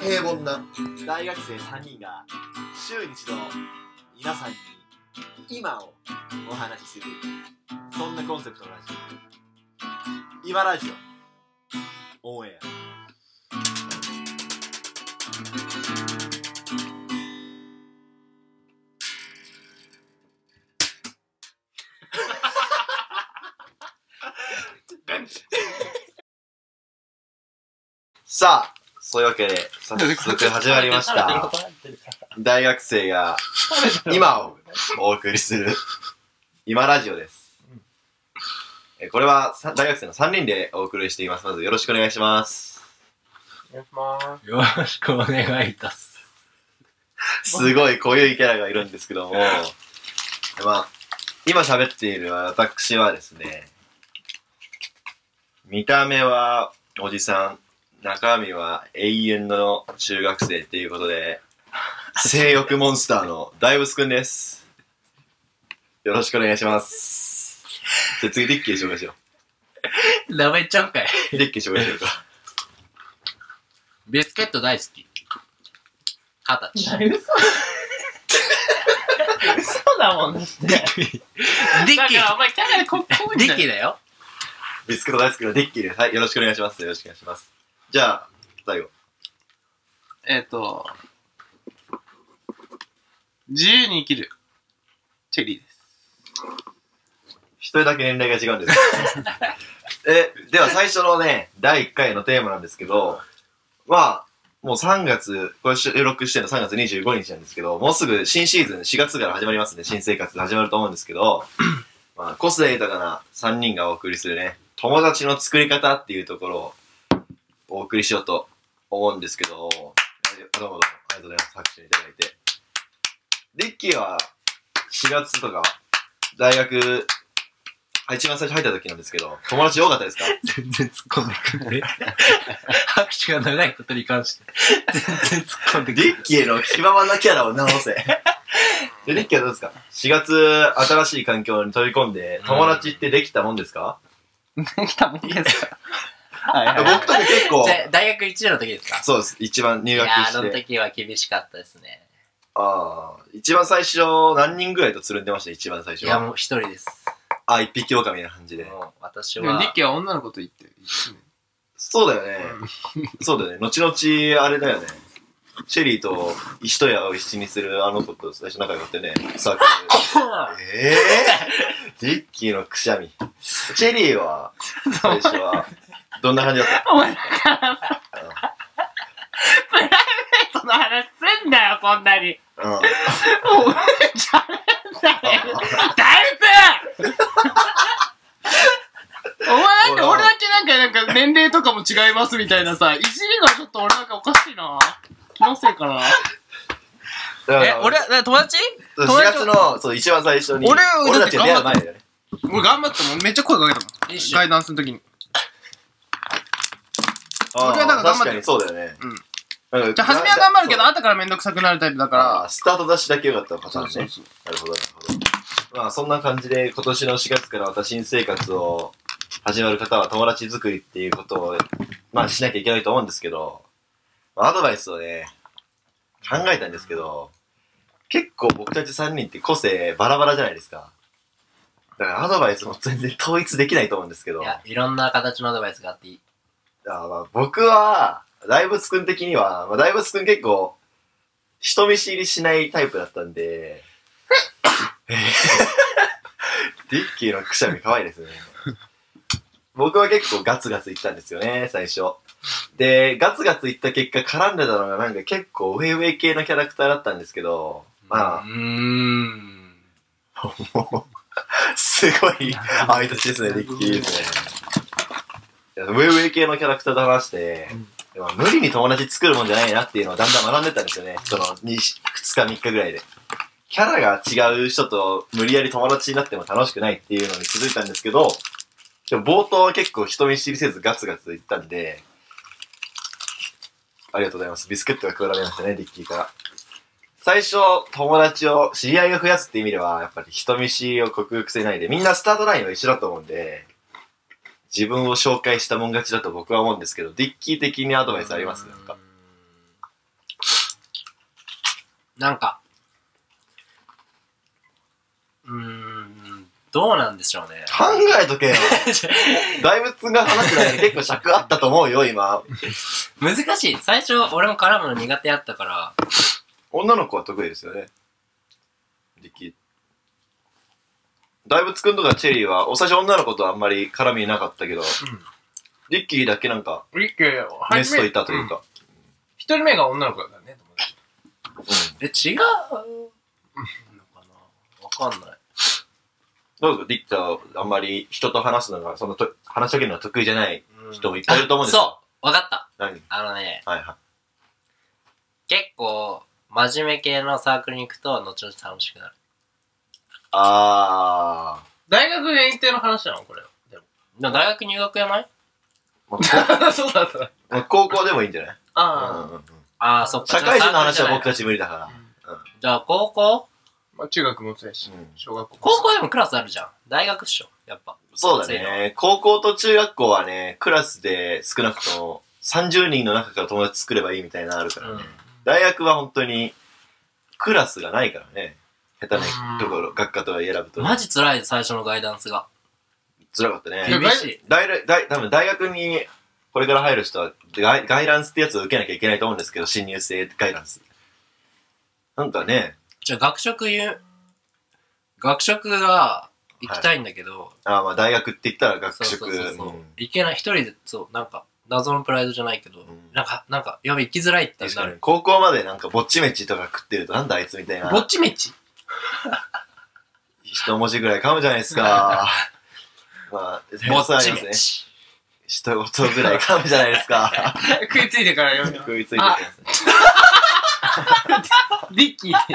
平凡な大学生3人が週に一度皆さんに今をお話しする、そんなコンセプトのラジオ、今ラジオオンエア。さあ、そういうわけで早速始まりました大学生が今をお送りする今ラジオです。これは大学生の3人でお送りしています。まずよろしくお願いします。 お願いします。 よろしくお願いいたす。 すごい濃いキャラがいるんですけども、今喋っている私はですね、見た目はおじさん、中身は永遠の中学生っていうことで、性欲モンスターの大仏くんです。よろしくお願いします。じゃあ次ディッキーで紹介しよ名前言っちゃうんかい。 う。ディッキー紹介しようか。 ビスケット大好き。20歳。 嘘だもんだって。 ディッキー。 だからお前キャラでこっこいディッキーだよ。 ビスケット大好きのディッキーです。はい、よろしくお願いします。よろしくお願いします。じゃあ、最後。 自由に生きるチェリーです。 一人だけ年齢が違うんですでは最初のね、第1回のテーマなんですけど、もう3月、これ収録してるの3月25日なんですけど、もうすぐ新シーズン4月から始まりますね。新生活始まると思うんですけど、個性豊かな3人がお送りするね、友達の作り方っていうところをお送りしようと思うんですけど、どうもどうもありがとうございます。拍手いただいて。リッキーは4月とか大学一番最初入った時なんですけど、友達多かったですか？ 全然突っ込んでくんね。拍手が長いことに関して全然突っ込んでくる。 リッキーの気ままなキャラを直せ。でリッキーはどうですか？ 4 月新しい環境に飛び込んで友達ってできたもんですか？ できたもんですか？ 僕とか結構じゃあ大学1年の時ですか？ そうです。一番入学いやー、 して。 あの時は厳しかったですね。 一番最初何人ぐらいとつるんでました？一番最初は。 いや、もう一人です。 一匹狼な感じで。 もう私でもは。 リッキーは女の子と言ってそうだよね。そうだよね。後々あれだよね。シェリーと一夜を一緒にするあの子と最初仲良かったよね。サークル。リッキーのくしゃみ。シェリーは最初はどんな感じだった？ お前プライベートの話すんだよ、そんなに。 うん。 もうじゃねえんだよ。大仏お前なんで俺だけなんか年齢とかも違いますみたいなさ、いじりがちょっと俺なんかおかしいな。気のせいかな。 俺、友達 4月のそう一番最初に俺たちが出会う前だよね。 俺頑張ったもん。めっちゃ声かけたもん。 一緒ガイダンスの時に。俺はだから頑張って確かにそうだよね。 うん。じゃあ初めは頑張るけど、後からめんどくさくなるタイプだから。 スタートダッシュだけ良かったのかなね。 そうそうなるほど、なるほど。そんな感じで今年の4月からまた新生活を始まる方は友達作りっていうことを、しなきゃいけないと思うんですけど、アドバイスをね、考えたんですけど、結構僕たち3人って個性バラバラじゃないですか。だからアドバイスも全然統一できないと思うんですけど。 いや、いろんな形のアドバイスがあっていい。 僕は、大仏くん的には、大仏くん結構、人見知りしないタイプだったんで、ディッキーのくしゃみ可愛いですね。僕は結構ガツガツいったんですよね、最初。で、ガツガツいった結果絡んでたのがなんか結構ウェイウェイ系のキャラクターだったんですけど、すごい、相手ですね、ディッキーですね。ウェイウェイ系のキャラクターだなして、でも無理に友達作るもんじゃないなっていうのをだんだん学んでったんですよね。その2日3日ぐらいで。キャラが違う人と無理やり友達になっても楽しくないっていうのに気づいたんですけど、でも冒頭は結構人見知りせずガツガツいったんで、ありがとうございます。ビスケットが加えられましたね、ディッキーから。最初、友達を、知り合いを増やすって意味では、やっぱり人見知りを克服せないで、みんなスタートラインは一緒だと思うんで、自分を紹介したもん勝ちだと僕は思うんですけど、ディッキー的にアドバイスあります？なんか。 なんか、どうなんでしょうね。 考えとけよ。大仏が話してないのに結構尺あったと思うよ、今。 難しい。最初、俺も絡むの苦手やったから。 女の子は得意ですよね。大仏くんとかチェリーは、最初女の子とあんまり絡みなかったけど、リッキーだけなんか、 リッキー、 メスといたというか。 一人目が女の子だからね、友達。 違うのかなわかんない。 どうですか、リッキーはあんまり人と話すのが、話しかけるのが得意じゃない人もいっぱいいると思うんですよ。 そう、わかった。 何？ ね、 はいはい。 結構、真面目系のサークルに行くと、後々楽しくなる。 大学で行っての話なのこれ。でも大学入学やないそうだった。 高校でもいいんじゃない？ そっか。 社会人の話は僕たち無理だから。 じゃあ高校？ 中学もそうやし、小学校。 高校でもクラスあるじゃん。大学っしょ、やっぱ。 そうだね。高校と中学校はね、クラスで少なくとも30人の中から友達作ればいいみたいなのあるからね。大学は本当にクラスがないからね。下手なところ、学科とか選ぶと。 マジ辛い、最初のガイダンスが。 辛かったね。 厳しい。 多分大学にこれから入る人はガイダンスってやつを受けなきゃいけないと思うんですけど、新入生ガイダンス。なんかね。 じゃあ学食が行きたいんだけど。 まあ大学って言ったら学食。 行けない、一人で、なんか、謎のプライドじゃないけど、なんか、やべ、行きづらいってなる。 高校までなんかぼっち飯とか食ってるとなんだあいつみたいな。 ぼっち飯一文字ぐらい噛むじゃないですか。まあ、 ぼっち飯。 一言ぐらい噛むじゃないですか。 食いついてから読む。 食いついてますね。 ディッキー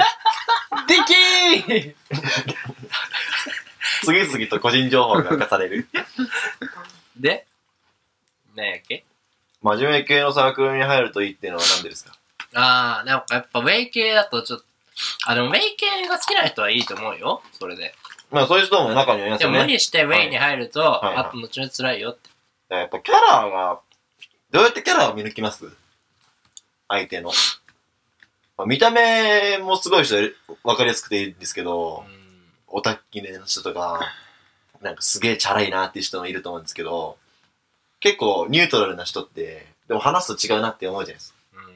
次々と個人情報が明かされる。 で何やっけ？ 真面目系のサークルに入るといいっていうのは何でですか？ なんかやっぱウェイ系だとちょっと、でもウェイ系が好きな人はいいと思うよ、それで。 まあそういう人も中にはいますよね。 でも無理してウェイに入ると、あと後々辛いよって。 やっぱキャラが、どうやってキャラを見抜きます？相手の。見た目もすごい人分かりやすくていいんですけど、オタッキネの人とか、なんかすげえチャラいなっていう人もいると思うんですけど、結構ニュートラルな人って、でも話すと違うなって思うじゃないですか。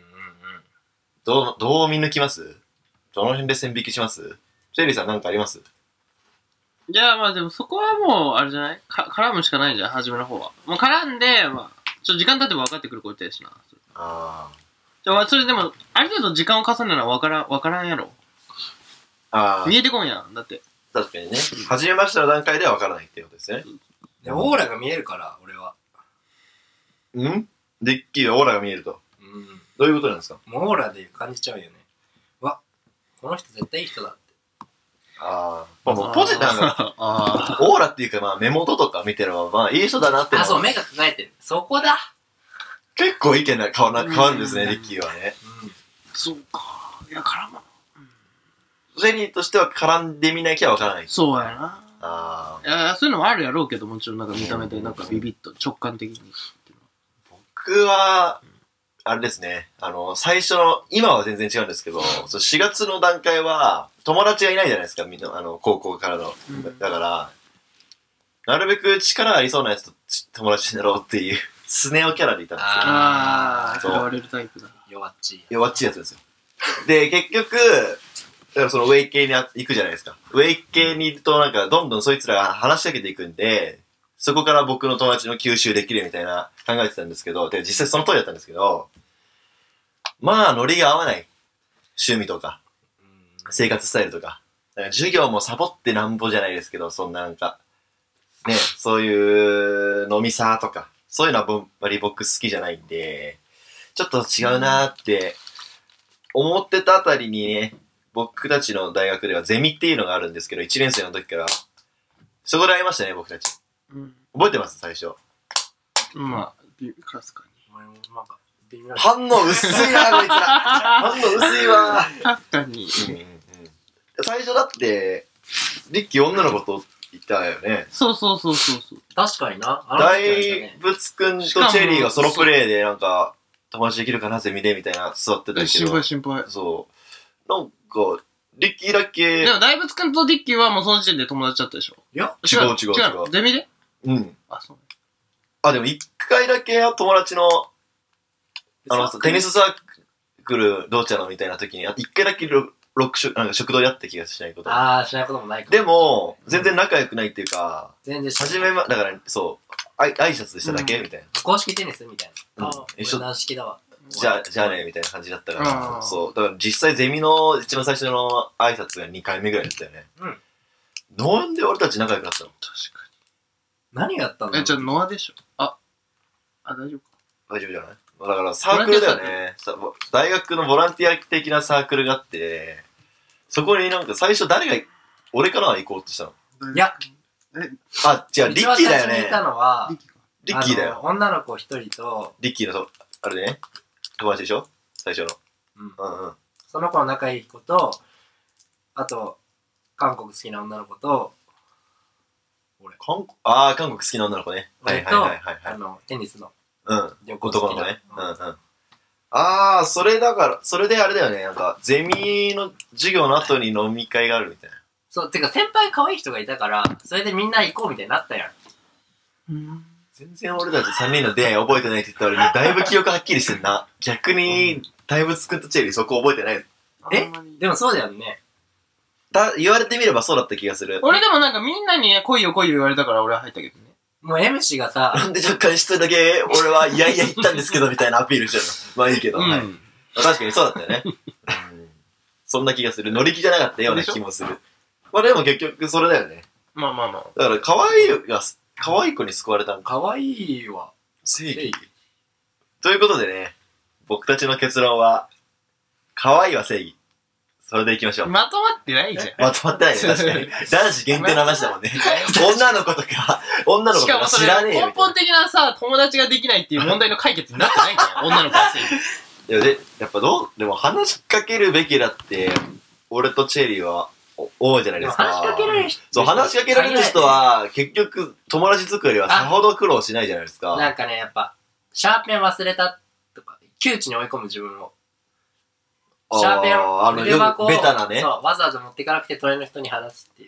どう見抜きます？どの辺で線引きします？シェリーさんなんかあります？ いや、まあでもそこはもう、あれじゃない絡むしかないんじゃん、初めの方は。もう絡んで、まあ、時間経てば分かってくることやしな。じゃあ、それでも、ある程度時間を重ねるのは分からんやろ。見えてこんやん、だって。 確かにね。初めましての段階では分からないっていうことですね。 オーラが見えるから、俺は。 デッキーはオーラが見えると。どういうことなんですか？ もうオーラで感じちゃうよね。この人絶対いい人だって。 もうポジティブな、オーラっていうかまあ目元とか見てればまあいい人だなって。 そう、目が輝いてる。そこだ。 結構意見が変わるんですね、デッキーはね。 そうか。いや、絡まん。 ジェニーとしては絡んでみなきゃわからない。 そうやな。いや、そういうのもあるやろうけど、もちろんなんか見た目でなんかビビッと直感的に。 僕は、あれですね、最初の、今は全然違うんですけど、4月の段階は、友達がいないじゃないですか、みんな、高校からの。だから、なるべく力ありそうなやつと友達になろうっていう、スネ夫キャラでいたんですよ。 嫌われるタイプだ。 弱っちいやつですよ。で、結局、だからそのウェイ系に行くじゃないですか。ウェイ系に行くとなんか、どんどんそいつらが話しかけていくんで、そこから僕の友達の吸収できるみたいな考えてたんですけど、で、実際その通りだったんですけど、まあ、ノリが合わない。趣味とか、生活スタイルとか。授業もサボってなんぼじゃないですけど、そんななんか、ね、そういう飲みさとか、そういうのはあんまり僕好きじゃないんで、ちょっと違うなーって思ってたあたりにね、僕たちの大学ではゼミっていうのがあるんですけど、1年生の時から、そこで会いましたね、僕たち。覚えてます、最初。 まあ、かすかに。 反応薄いな、こいつら。反応薄いわ。 確かに。 最初だって、リッキー女の子といたよね。 そう。 確かにな。 大仏くんとチェリーがソロプレイでなんか、友達できるかなゼミでみたいな座ってたけど。 心配。 そう。 なんか、リッキーだけ、 でも大仏くんとディッキーはもうその時点で友達だったでしょ。 違う。 ゼミでうん。 あ、そう。 あ、でも一回だけ友達の、テニスサークルどうちゃのみたいな時に、一回だけなんか食堂やった気がしないこと。 ああ、しないこともないかも。 でも、全然仲良くないっていうか、 全然だから、そう、挨拶しただけ、みたいな。 公式テニスみたいな。 一緒。 軟式だわ。 じゃあね、みたいな感じだったから、そう。だから実際ゼミの一番最初の挨拶が2回目ぐらいだったよね。 うん。 なんで俺たち仲良くなったの？ 確か何があったんだじゃあノアでしょ。大丈夫か。 大丈夫じゃない？だからサークルだよね。大学のボランティア的なサークルがあって、そこになんか最初俺からは行こうとしたの。 いや、 違う、リッキーだよ一番最初にねい。たのは、 リッキーだよ。 女の子一人と、 リッキーの、あれね、友達でしょ？最初の。うん。 その子の仲いい子と、あと、韓国好きな女の子と、 韓国好きな女の子ね。 俺と、テニスの男の子ね。それであれだよね、なんか、ゼミの授業の後に飲み会があるみたいな。 そう、てか先輩可愛い人がいたから、それでみんな行こうみたいになったやん。 全然俺たち3人の出会い覚えてないって言った俺にだいぶ記憶はっきりしてんな。逆に、大仏くんとチェリーそこ覚えてない。 でもそうだよね。 言われてみればそうだった気がする。 俺でもなんかみんなに来いよ言われたから俺は入ったけどね。 もう M 氏がさ、 なんで若干一人だけ俺はいやいや言ったんですけどみたいなアピールしてるの。まあいいけど。はい。確かにそうだったよね。そんな気がする。乗り気じゃなかったような気もする。まあでも結局それだよね。 まあ。 だから可愛い子に救われたんか。 可愛いわ。 正義。ということでね、僕たちの結論は、可愛いは正義。それでいきましょう。 まとまってないじゃん。 まとまってないね、確かに。男子限定の話だもんね。女の子とか知らねえよ。 根本的なさ、友達ができないっていう問題の解決になってないんだよ、女の子は正義。 やっぱでも話しかけるべきだって、俺とチェリーは思うじゃないですか。 話しかけられる人。 そう、話しかけられる人は、結局、友達作りはさほど苦労しないじゃないですか。 なんかね、やっぱ、シャーペン忘れたとか、窮地に追い込む自分を。シャーペンを、筆箱を、 ベタなね。 そう、わざわざ持っていかなくて、隣の人に話すっていう。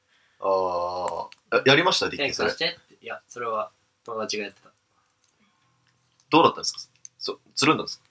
やりましたディッキーそれ。 いや、それは友達がやってた。 どうだったんですか？つるんだんですか？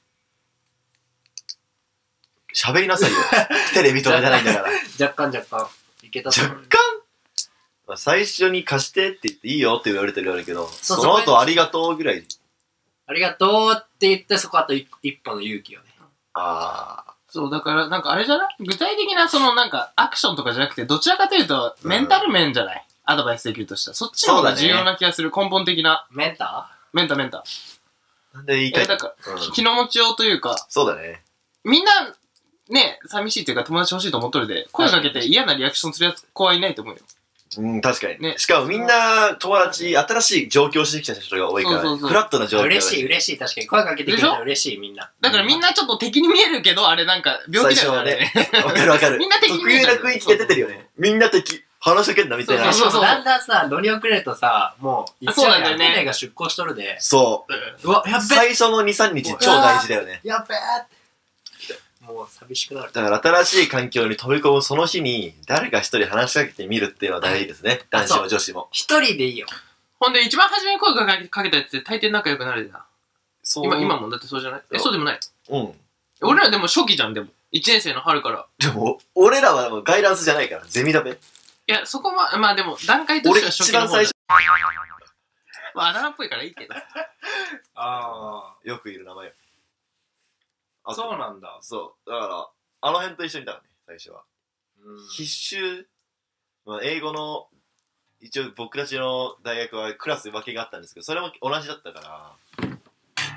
喋りなさいよ。テレビとかじゃないんだから。 若干。いけたと思う。 若干最初に貸してって言っていいよって言われてるあるけど、その後ありがとうぐらい。 ありがとうって言って、そこあと一歩の勇気をね。 そう、だから、なんかあれじゃない具体的ななんかアクションとかじゃなくて、どちらかというと、メンタル面じゃない、アドバイスできるとしたら。そっちの方が重要な気がする、根本的な。 メンター。 なんで言い換えだから、気の持ちようというか。 そうだね。 みんな、ね、寂しいというか友達欲しいと思っとるで、声かけて嫌なリアクションするやつ子はいないと思うよ。 確かに。 ね。 しかもみんな友達、新しい上京してきた人が多いから、フラットな状況。 嬉しい、確かに。声かけてくれたら嬉しい、みんな。 だからみんなちょっと敵に見えるけど、あれなんか病気だよね。 わかる。 みんな敵に見える。 特有な雰囲気が出てるよね。みんな敵。話しかけんなみたいな。 そう。だんだんさ、乗り遅れるとさ、もう、 そうなんだよね。 船が出航しとるで。 そう。 うわ、やっべ最初の2、3日超大事だよね。 やっべもう寂しくなる。 だから新しい環境に飛び込むその日に、誰か一人話しかけてみるっていうのは大事ですね。男子も女子も。 一人でいいよ。 ほんで、一番初めに声かけたやつって大抵仲良くなるでな。今もだってそうじゃないそうでもない。俺らでも初期じゃん、でも。1年生の春から。 でも、俺らはガイダンスじゃないから、ゼミだべ。 いや、そこは、まあでも、段階としては初期の方だ。まあ、あだ名っぽいからいいけど。 よくいる名前。 そうなんだ。 そう。だから、あの辺と一緒にいたからね、最初は。必修、英語の、一応僕たちの大学はクラス分けがあったんですけど、それも同じだったから、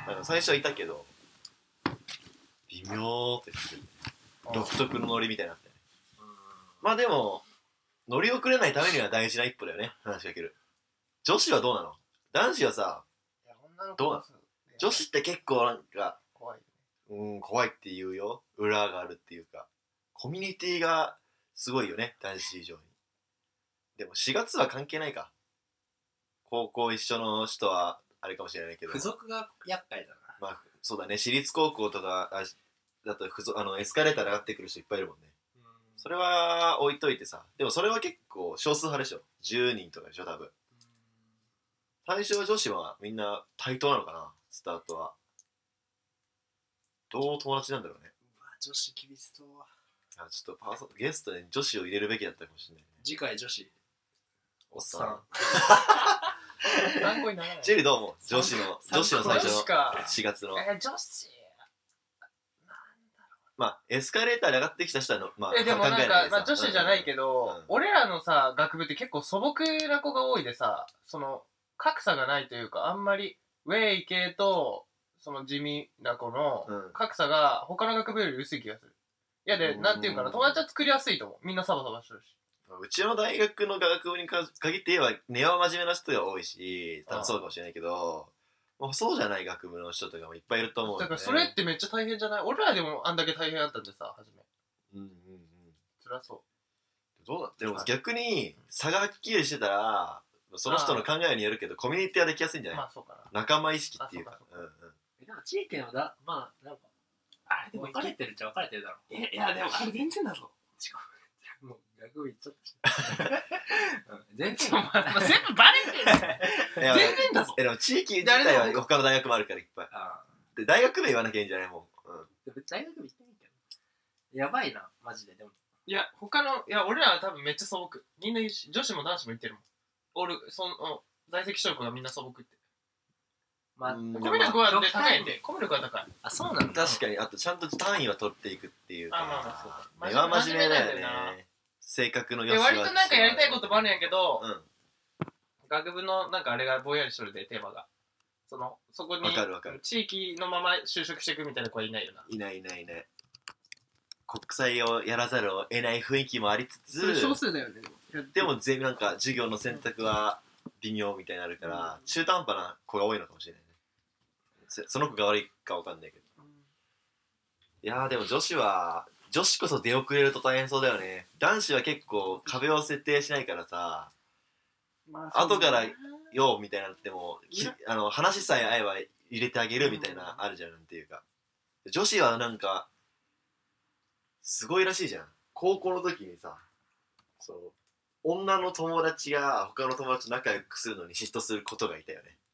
なんか最初はいたけど、微妙って独特のノリみたいになってね。まあでも、乗り遅れないためには大事な一歩だよね、話しかける。女子はどうなの？男子はさ、どうなの？女子って結構なんか、怖いって言うよ。裏があるっていうか。コミュニティがすごいよね、男子以上に。でも4月は関係ないか。高校一緒の人はあれかもしれないけど。 付属が厄介だな。 まあ、そうだね。私立高校とか、 だとエスカレーターで上がってくる人いっぱいいるもんね。それは置いといてさ、でもそれは結構少数派でしょ。10人とかでしょ多分。最初は女子はみんな対等なのかな、スタートは。どう友達なんだろうね。 うわ女子厳しそう。 ちょっとゲストに女子を入れるべきだったかもしれないね。 次回女子おっさん。 参考にならない。 チェリーどう思う？女子の最初の4月の。 女子まあエスカレーターで上がってきた人はまあでもなん考えないか、 でさまあ、女子じゃないけど、俺らのさ学部って結構素朴な子が多いでさ、その格差がないというか、あんまりウェイ系とその地味な子の格差が他の学部より薄い気がする。いやで、なんていうかな、友達は作りやすいと思う。みんなサバサバしてるし。 うちの大学の学部に限って言えば根は真面目な人が多いし、多分そうかもしれないけど、もうそうじゃない学部の人とかもいっぱいいると思うんで、 だからそれってめっちゃ大変じゃない？俺らでもあんだけ大変だったんでさ、初め。辛そう。 どうだ？でも逆に差がはっきりしてたら、その人の考えによるけどコミュニティはできやすいんじゃない？ まあそうかな。 仲間意識っていうか。 でも地域のまあなんかあれでも分かれてるっちゃ分かれてるだろう。いやでもあれ全然だぞ。違う。もう学部行っちゃったし。全然全部バレてる。全然だぞ。 でも地域自体は他の大学もあるからいっぱい。で大学名言わなきゃいいんじゃないもん。 大学部行ってみて。やばいなマジで。でもいや俺らは多分めっちゃ素朴。みんな言うし、女子も男子も言ってるもん。在籍してる子がみんな素朴って。まあ、コミュ力は高いんで、コミュ力は高い。 あ、そうなんだ。 確かに、あとちゃんと単位は取っていくっていうか。 まあ根は真面目だよね。性格の良しは。 割となんかやりたいこともあるんやけど、学部のなんかあれがぼんやりしとるで、テーマが。そこに地域のまま就職していくみたいな子はいないよな。 いない。国際をやらざるを得ない雰囲気もありつつ、 それ少数だよね。 でも全なんか授業の選択は微妙みたいになるから、中途半端な子が多いのかもしれないね。その子が悪いかわかんないけど。いやーでも女子こそ出遅れると大変そうだよね。男子は結構壁を設定しないからさ、後からよみたいなっても話さえ合えば入れてあげるみたいなあるじゃんっていうか。女子はなんかすごいらしいじゃん。高校の時にさ、女の友達が他の友達と仲良くするのに嫉妬することがいたよね。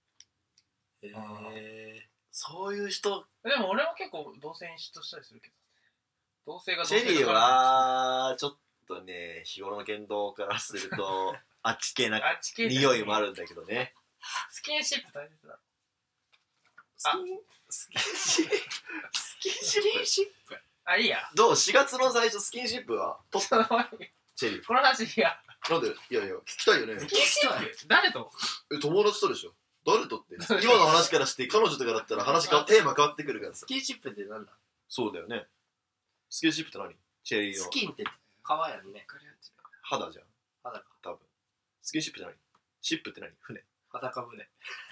そういう人。 でも俺は結構同性に嫉妬したりするけど、 チェリーはちょっとね、日頃の言動からするとあっち系な匂いもあるんだけどね。 スキンシップ大切だろ。 スキンシップあ、いいや。 どう？ 4 月の最初スキンシップは取ったチェリー。 この話いいや。 なんで？いや聞きたいよね。 スキンシップ誰と？ 友達とでしょ。誰とって今の話からして彼女とかだったらテーマ変わってくるからさ。 スキンシップってなんだ？ そうだよね。スキンシップって何？チェリーのスキンって川やんね。 肌じゃん。 肌か多分。スキンシップって何？シップって何？船。 裸船。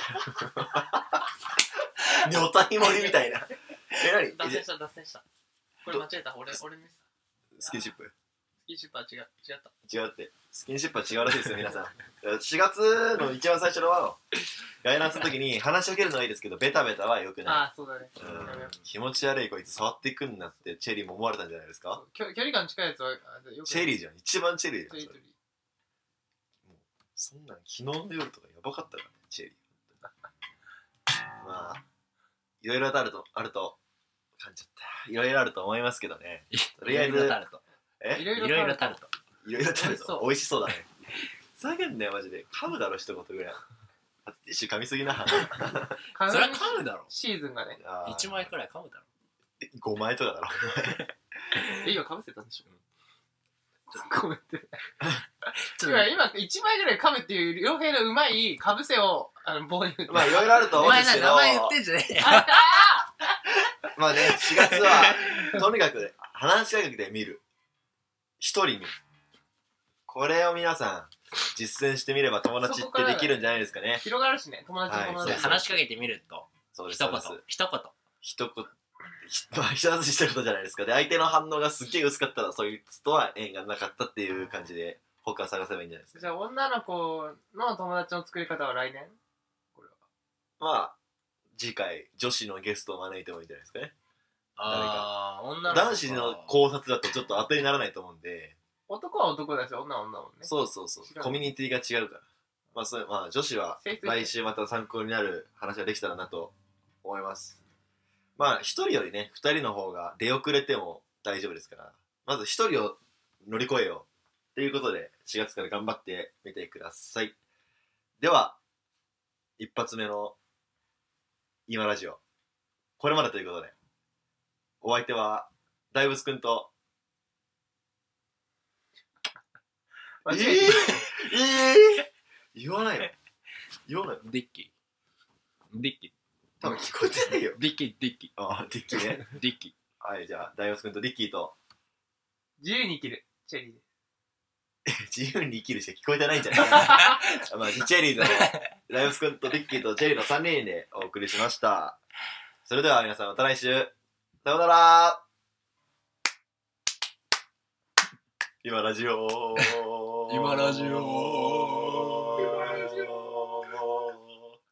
女体盛りみたいな。何？ 脱線した。これ間違えた。俺ミス。 スキンシップ。 スキンシップは違った。 違うって。スキンシップは違うらしいですよ皆さん。4月の一番最初のガイダンスの時に話しかけるのはいいですけど、ベタベタは良くない。 ああ、そうだね。 気持ち悪いこいつ触ってくんなってチェリーも思われたんじゃないですか。 距離感近いやつはチェリーじゃん。一番チェリーじゃん。もうそんなん昨日の夜とかやばかったからね、チェリー。まあいろいろあると感じちゃった。いろいろあると思いますけどね。とりあえずいろいろタルト。 いろいろタルト。 いろいろタルト。美味しそうだね。ふざけんなよマジで。噛むだろ一言ぐらい。ティッシュ噛みすぎな。 それは噛むだろ。 シーズンがね。 1枚くらい噛むだろ。 5枚とかだろ。 今噛むせたんでしょ。ごめんって。今1枚ぐらい噛むっていう両平のうまいかぶせを棒に打って。 まあいろいろあると思うんですけど。 名前言ってんじゃねえよ。 まあね、4月はとにかく話しかけてみる。一人に。これを皆さん実践してみれば友達ってできるんじゃないですかね。 広がるしね、友達話しかけてみると。 そうです。 一言。 まあ一つしたことじゃないですか。で相手の反応がすっげえ薄かったらそいつとは縁がなかったっていう感じで他探せばいいんじゃないですか。 じゃあ女の子の友達の作り方は来年？これはまあ次回女子のゲストを招いてもいいんじゃないですかね。 あー、女の子か。 男子の考察だとちょっと当てにならないと思うんで、 男は男だし、女は女だもんね。 そうそうそう違うコミュニティが違うから、まあそれまあ女子は来週また参考になる話ができたらなと思います。まあ一人よりね二人の方が出遅れても大丈夫ですから、まず一人を乗り越えようということで4月から頑張ってみてください。では一発目の今ラジオこれまでということで、お相手は大仏くんと言わないの言わないのデッキ。デッキ。 多分聞こえてないよ。 デッキ、デッキ。 ああ、デッキね。 デッキ。 はい、じゃあ、大仏くんとリッキーと、 自由に生きる。チェリーです。 自由に生きるしか聞こえてないんじゃないまあ、チェリーの、大仏くんとリッキーとチェリーの3人でお送りしました。それでは皆さんまた来週。さようなら。今ラジオ今ラジオ